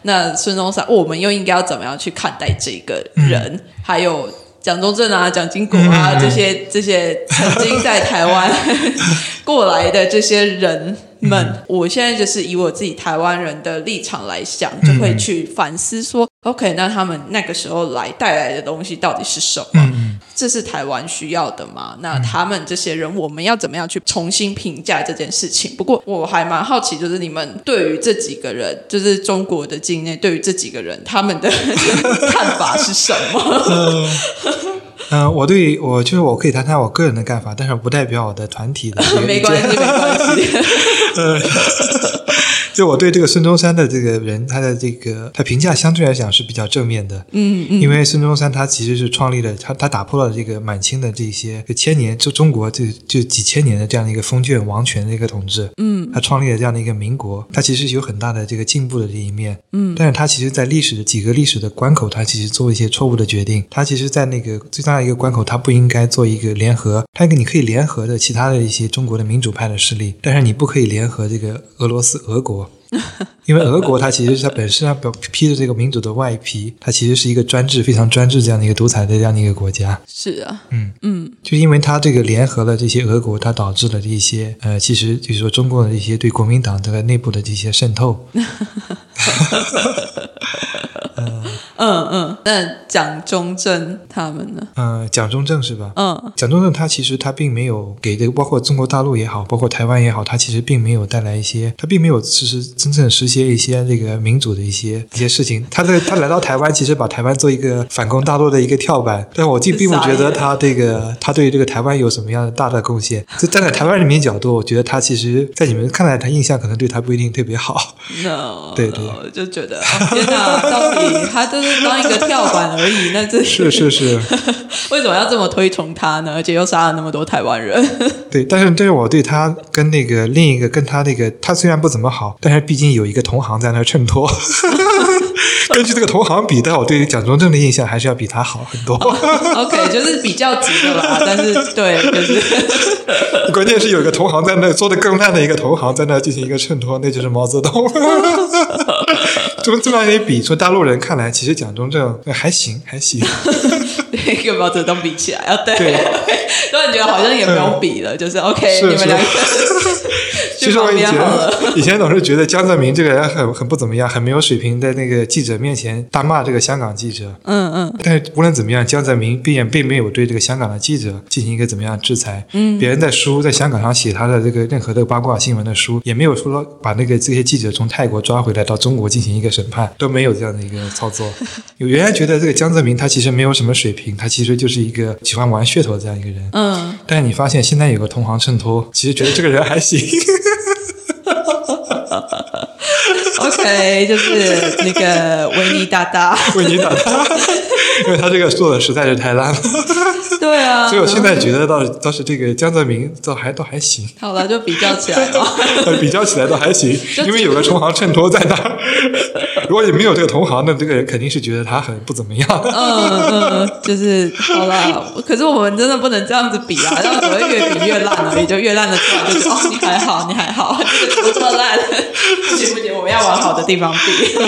那孙中山我们又应该要怎么样去看待这个人、嗯、还有蒋中正啊蒋经国啊、嗯、这些这些曾经在台湾过来的这些人们、嗯、我现在就是以我自己台湾人的立场来想，就会去反思说、嗯、OK 那他们那个时候来带来的东西到底是什么、嗯、这是台湾需要的吗？那他们这些人我们要怎么样去重新评价这件事情？不过我还蛮好奇，就是你们对于这几个人，就是中国的境内对于这几个人他们的看法是什么？ 嗯、呃，我对我就是我可以谈谈我个人的看法，但是不代表我的团体的没关系没关系呃，就我对这个孙中山的这个人，他的这个他评价相对来讲是比较正面的。嗯嗯，因为孙中山他其实是创立了他他打破了这个满清的这些千年就中国就就几千年的这样的一个封建王权的一个统治。嗯，他创立了这样的一个民国，他其实有很大的这个进步的这一面。嗯，但是他其实在历史的几个历史的关口，他其实做一些错误的决定。他其实在那个最大的一个关口，他不应该做一个联合，他你可以联合的其他的一些中国的民主派的势力，但是你不可以联合这个俄罗斯俄国。因为俄国它其实它本身它披着这个民主的外皮，它其实是一个专制非常专制这样的一个独裁的这样的一个国家。 是啊， 嗯嗯，就因为它这个联合了这些俄国，它导致了这些呃，其实就是说中国的一些对国民党这个内部的这些渗透。 嗯嗯嗯，那蒋中正他们呢？ 嗯，蒋中正是吧？嗯，蒋中正他其实他并没有给这个，包括中国大陆也好，包括台湾也好，他其实并没有带来一些，他并没有实施真正实现一些这个民主的一些一些事情。他的他来到台湾，其实把台湾做一个反攻大陆的一个跳板，但我并并不觉得他这个他对这个台湾有什么样的大的贡献。就站在台湾人民角度，我觉得他其实在你们看来，他印象可能对他不一定特别好。 No， 对对， 我就觉得、哦、天哪，到底他就是当一个跳板而已，那这是是是， 为什么要这么推崇他呢？而且又杀了那么多台湾人。 对，但是但是我对他跟那个另一个跟他那个他虽然不怎么好，但是毕竟有一个同行在那衬托。根据这个同行比，但我对蒋中正的印象还是要比他好很多。 oh, OK， 就是比较值的吧，但是对，就是关键是有一个同行在那做的更烂的一个同行在那进行一个衬托，那就是毛泽东。这这么一比，说大陆人看来，其实蒋中正还行，还行。 跟毛泽东比起来，啊，对， 对， 突然觉得好像也不用比了，嗯、就是 OK， 是你们两个。 其实我以前以前总是觉得江泽民这个人很很不怎么样，很没有水平，在那个记者面前大骂这个香港记者。嗯嗯。但是无论怎么样，江泽民并并没有对这个香港的记者进行一个怎么样的制裁。嗯。别人在书在香港上写他的这个任何的八卦新闻的书，也没有说把那个这些记者从泰国抓回来到中国进行一个审判，都没有这样的一个操作。有原来觉得这个江泽民他其实没有什么水平，他其实就是一个喜欢玩噱头的这样一个人。嗯。但是你发现现在有个同行衬托，其实觉得这个人还行。 OK， 就是那个维尼大大， 维尼大大，因为他这个做的实在是太烂了。 对啊， 所以我现在觉得倒倒是这个江泽民倒还倒还行。 好了，就比较起来吧。 比较起来倒还行，因为有个同行衬托在那儿。如果你没有这个同行，那这个人肯定是觉得他很不怎么样。 嗯嗯，就是好啦。可是我们真的不能这样子比啊，这样只会越比越烂而已，就越烂的出来就觉得哦，你还好，你还好，这个怎么这么烂？不行不行，我们要往好的地方比。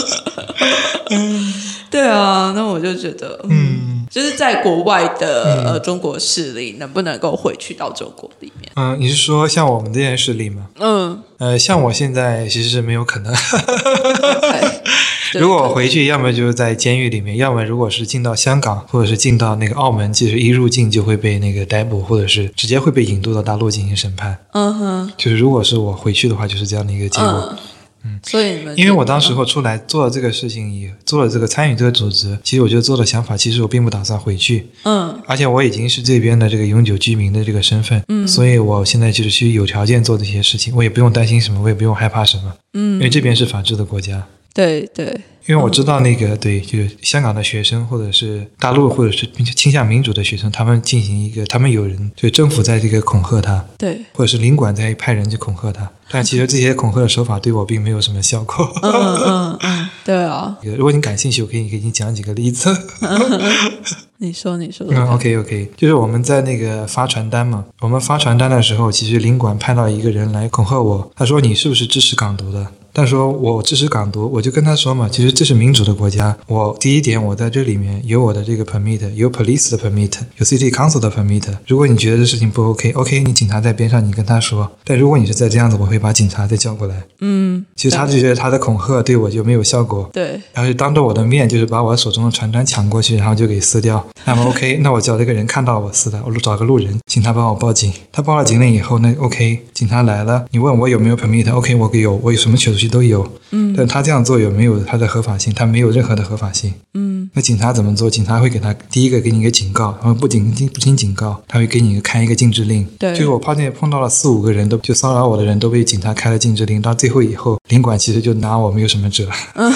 对啊，那我就觉得，嗯，就是在国外的、嗯、呃中国势力能不能够回去到中国里面？ 嗯，你是说像我们这件势力吗？嗯，呃，像我现在其实是没有可能。 okay, 如果我回去，要么就是在监狱里面，要么如果是进到香港或者是进到那个澳门，其实一入境就会被那个逮捕，或者是直接会被引渡到大陆进行审判。嗯哼，就是如果是我回去的话，就是这样的一个结果。嗯嗯，所以你们因为我当时候出来做了这个事情，也做了这个参与这个组织，其实我就做的想法，其实我并不打算回去，嗯，而且我已经是这边的这个永久居民的这个身份，嗯，所以我现在就是去有条件做这些事情，我也不用担心什么，我也不用害怕什么，嗯，因为这边是法治的国家， 对对， 因为我知道那个、嗯、对，就是香港的学生或者是大陆或者是倾向民主的学生，他们进行一个，他们有人就政府在这个恐吓他， 对， 或者是领馆在派人去恐吓他。但其实这些恐吓的手法对我并没有什么效果。 嗯嗯嗯，对啊。 如果你感兴趣，我可以给你讲几个例子。 你说，你说。 嗯 ，OK OK， 就是我们在那个发传单嘛，我们发传单的时候，其实领馆派到一个人来恐吓我，他说你是不是支持港独的？ 他说我支持港独，我就跟他说嘛，其实这是民主的国家，我第一点我在这里面有我的这个 permit， 有 police 的 permit， 有 city council 的 permit， 如果你觉得这事情不 OK OK 你警察在边上你跟他说，但如果你是再这样子我会把警察再叫过来。 嗯， 其实他就觉得他的恐吓对我就没有效果， 对， 然后就当着我的面就是把我手中的传单抢过去，然后就给撕掉。那么 OK 那我叫这个人看到我撕的，我找个路人请他帮我报警，他报了警了以后那 OK 警察来了，你问我有没有 permit， OK 我有，我有什么手续都有，嗯，但他这样做有没有他的合法性？他没有任何的合法性。嗯，那警察怎么做？警察会给他第一个给你一个警告，然后不仅不仅警告，他会给你开一个禁制令。 对， 就是我碰见碰到了四五个人都就骚扰我的人都被警察开了禁制令，到最后以后领馆其实就拿我没有什么辙。嗯。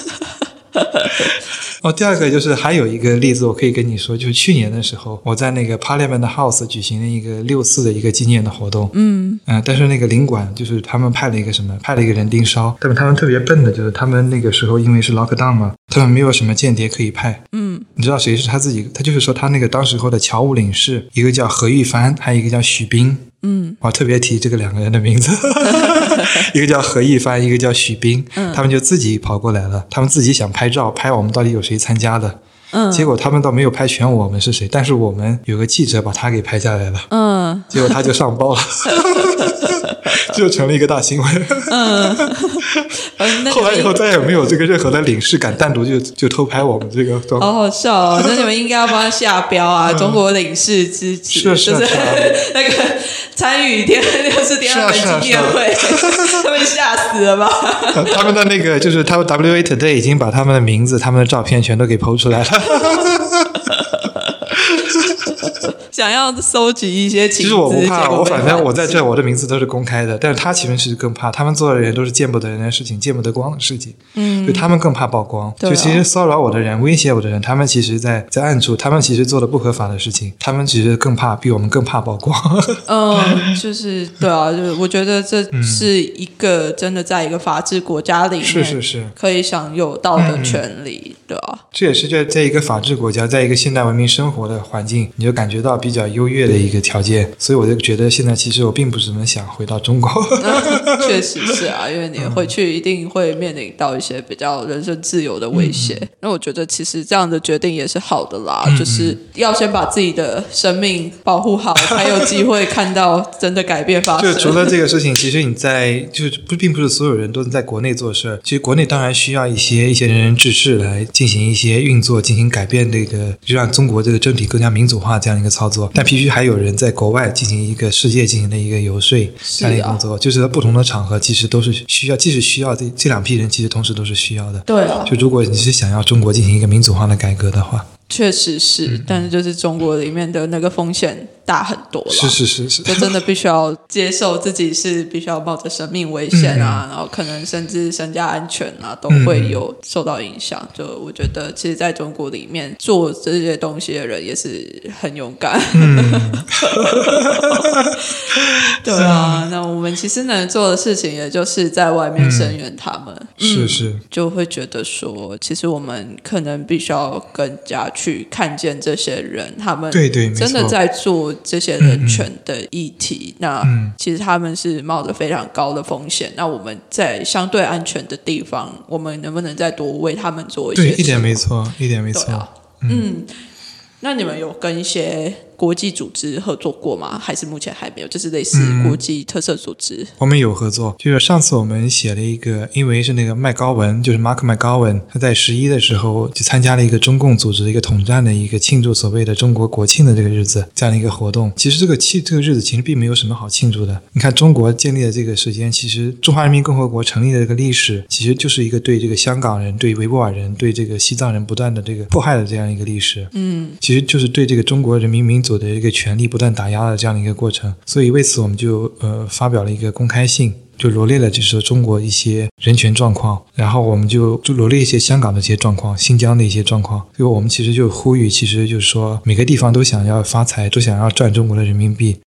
哦，第二个就是还有一个例子我可以跟你说，就是去年的时候我在那个 Parliament House 举行了一个六四的一个纪念的活动。嗯、呃、但是那个领馆就是他们派了一个什么派了一个人盯梢，但是他们特别笨的就是他们那个时候因为是 lockdown 嘛，他们没有什么间谍可以派。嗯，你知道谁是他自己？他就是说他那个当时候的侨务领事，一个叫何玉帆，还有一个叫许斌。嗯，我特别提这个两个人的名字一个叫何一帆，一个叫许斌、嗯、他们就自己跑过来了，他们自己想拍照拍我们到底有谁参加的。嗯，结果他们倒没有拍全我们是谁，但是我们有个记者把他给拍下来了。嗯，结果他就上报了就成了一个大新闻。嗯，后来以后再也没有这个任何的领事敢单独就就偷拍我们这个。 好好笑哦，那你们应该要帮他下标啊、嗯、中国领事支持， 是是、啊、 就是那个参与天六四天安门纪念会、啊啊啊、他们吓死了吧他们的那个就是他们 W A Today 已经把他们的名字他们的照片全都给 po 出来了想要收集一些情资。 其实我不怕，我反正我在这我的名字都是公开的，但是他其实是更怕，他们做的人都是见不得人的事情，见不得光的事情，嗯，所以他们更怕曝光、啊、就其实骚扰我的人威胁我的人，他们其实在在暗处他们其实做了不合法的事情，他们其实更怕比我们更怕曝光嗯，就是对啊，就是我觉得这是一个真的在一个法治国家里面是是是可以享有到的权利、嗯、对啊， 这也是在在一个法治国家在一个现代文明生活的环境你就感觉到比较优越的一个条件，所以我就觉得现在其实我并不是怎么想回到中国嗯、确实是啊，因为你回去一定会面临到一些比较人身自由的威胁、嗯、那我觉得其实这样的决定也是好的啦、嗯、就是要先把自己的生命保护好才有机会看到真的改变发生就除了这个事情其实你在就是不并不是所有人都在国内做事，其实国内当然需要一些一些人人治世来进行一些运作，进行改变，这个就让中国这个政体更加民主化这样一个操作，但必须还有人在国外进行一个世界进行的一个游说这样一个工作、啊、就是在不同的场合其实都是需要，即使需要这这两批人其实同时都是需要的。 对啊， 就如果你是想要中国进行一个民主化的改革的话， 确实是、嗯、但是就是中国里面的那个风险大很多了， 是是是是， 就真的必须要接受自己是必须要冒着生命危险啊、嗯、然后可能甚至身家安全啊都会有受到影响、嗯、就我觉得其实在中国里面做这些东西的人也是很勇敢、嗯、对啊，那我们其实能做的事情也就是在外面声援他们、嗯、 是是、嗯、 就会觉得说其实我们可能必须要更加去看见这些人他们对对真的在做这些人权的议题、嗯、那其实他们是冒着非常高的风险，那我们在相对安全的地方我们能不能再多为他们做一些事？ 对，一点没错一点没错、啊、 嗯, 嗯那你们有跟一些国际组织合作过吗？还是目前还没有，就是类似国际特色组织、嗯、 我们有合作，就是上次我们写了一个，因为是那个麦高文，就是马克麦高文，他在十一的时候就参加了一个中共组织的一个统战的一个庆祝所谓的中国国庆的这个日子这样的一个活动。其实这个庆这个日子其实并没有什么好庆祝的，你看中国建立的这个时间，其实中华人民共和国成立的这个历史其实就是一个对这个香港人对维吾尔人对这个西藏人不断的这个迫害的这样一个历史，嗯，其实就是对这个中国人民民主的一个权利不断打压的这样的一个过程。所以为此我们就呃发表了一个公开信，就罗列了就是中国一些人权状况，然后我们就就罗列一些香港的一些状况，新疆的一些状况。所以我们其实就呼吁，其实就是说每个地方都想要发财，都想要赚中国的人民币，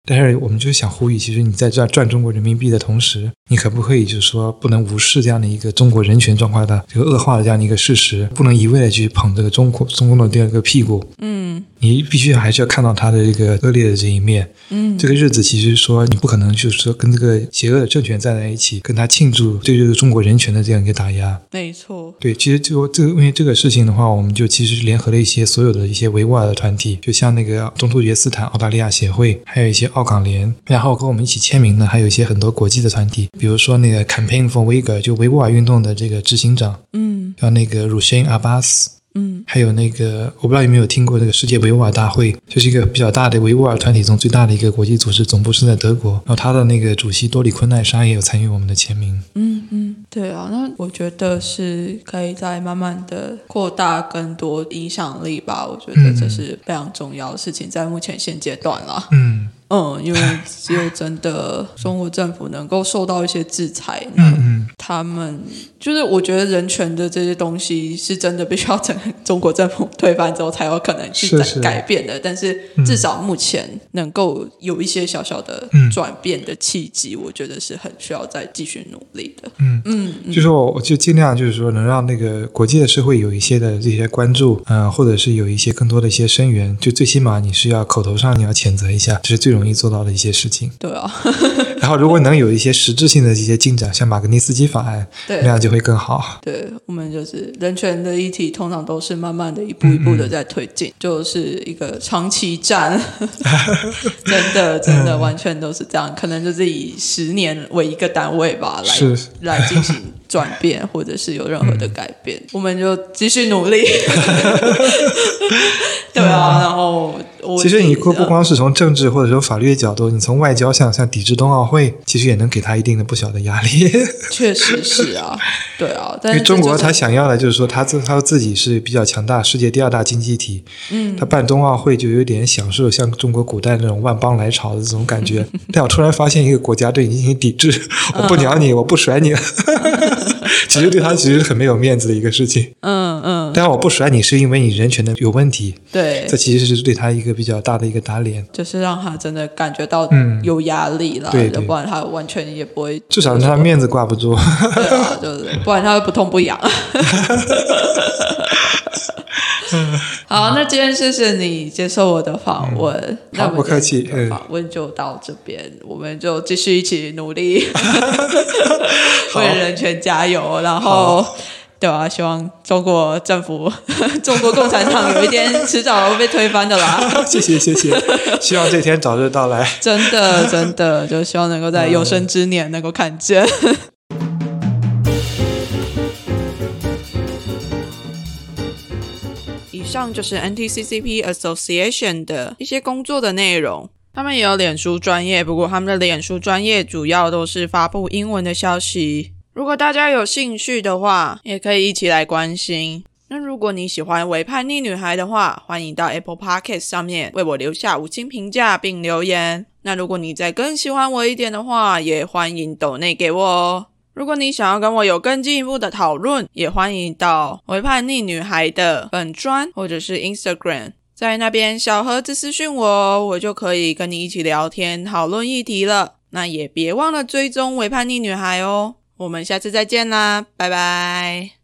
但是我们就想呼吁，其实你在赚赚中国人民币的同时，你可不可以就是说不能无视这样的一个中国人权状况的这个恶化的这样的一个事实，不能一味的去捧这个中国中共的第二个屁股。嗯，你必须还是要看到他的这个恶劣的这一面。嗯，这个日子其实说你不可能就是说跟这个邪恶的政权站在一起，跟他庆祝对这个中国人权的这样一个打压。 没错， 对，其实就这个因为这个事情的话，我们就其实联合了一些所有的一些维吾尔的团体，就像那个中突厥斯坦澳大利亚协会，还有一些澳港联，然后跟我们一起签名呢，还有一些很多国际的团体，比如说那个 Campaign for Uyghur 就维吾尔运动的这个执行长，嗯，叫那个 Rushain Abbas。嗯，还有那个我不知道有没有听过这个世界维吾尔大会，就是一个比较大的维吾尔团体中最大的一个国际组织，总部是在德国，然后他的那个主席多里昆奈沙也有参与我们的签名。 嗯嗯，对啊，那我觉得是可以再慢慢的扩大更多影响力吧，我觉得这是非常重要的事情，在目前现阶段啦。嗯嗯，因为只有真的中国政府能够受到一些制裁，嗯嗯，他们就是我觉得人权的这些东西是真的必须要整个中国政府推翻之后才有可能去是是改变的，但是至少目前能够有一些小小的转变的契机，嗯、我觉得是很需要再继续努力的。嗯嗯，就是说我就尽量就是说能让那个国际的社会有一些的这些关注，嗯、呃，或者是有一些更多的一些声援，就最起码你是要口头上你要谴责一下，这是最容易做到的一些事情。 对啊， 然后如果能有一些实质性的一些进展，像马格尼斯基法案，那样就会更好。 对，我们就是人权的议题，通常都是慢慢的一步一步的在推进，嗯、就是一个长期战，真的真的、嗯、完全都是这样，可能就是以十年为一个单位吧，来来进行转变，或者是有任何的改变，嗯、我们就继续努力。对啊，然后我其实你不不光是从政治或者说法律的角度，你从外交上像抵制冬奥会，其实也能给他一定的不小的压力。 确实是啊，对啊，但是因为中国他想要的就是说他自他自己是比较强大，世界第二大经济体，嗯，他办冬奥会就有点享受像中国古代那种万邦来朝的这种感觉。但我突然发现一个国家对你进行抵制，我不鸟你，嗯、我不甩你。其实对他其实很没有面子的一个事情。嗯嗯。但我不甩你是因为你人权的有问题。 对。 这其实是对他一个比较大的一个打脸。 就是让他真的感觉到有压力了，嗯、要不然他完全也不会。 至少让他面子挂不住。 对啊，就是不然他会不痛不痒。好，那今天谢谢你接受我的访问。嗯、那好，不客气。 访问就到这边，嗯、我们就继续一起努力，为人权加油。然后，对啊，希望中国政府、中国共产党有一天迟早会被推翻的啦。 谢谢谢谢，希望这天早日到来。 真的真的，就希望能够在有生之年能够看见。以上就是 N T C C P Association 的一些工作的内容。他们也有脸书专页，不过他们的脸书专页主要都是发布英文的消息。如果大家有兴趣的话，也可以一起来关心。那如果你喜欢伪叛逆女孩的话，欢迎到 Apple Podcast 上面为我留下五星评价并留言。那如果你再更喜欢我一点的话，也欢迎抖内给我哦。如果你想要跟我有更进一步的讨论，也欢迎到伪叛逆女孩的本专或者是 Instagram， 在那边小盒子私讯我，我就可以跟你一起聊天讨论议题了。那也别忘了追踪伪叛逆女孩哦，我们下次再见啦，拜拜。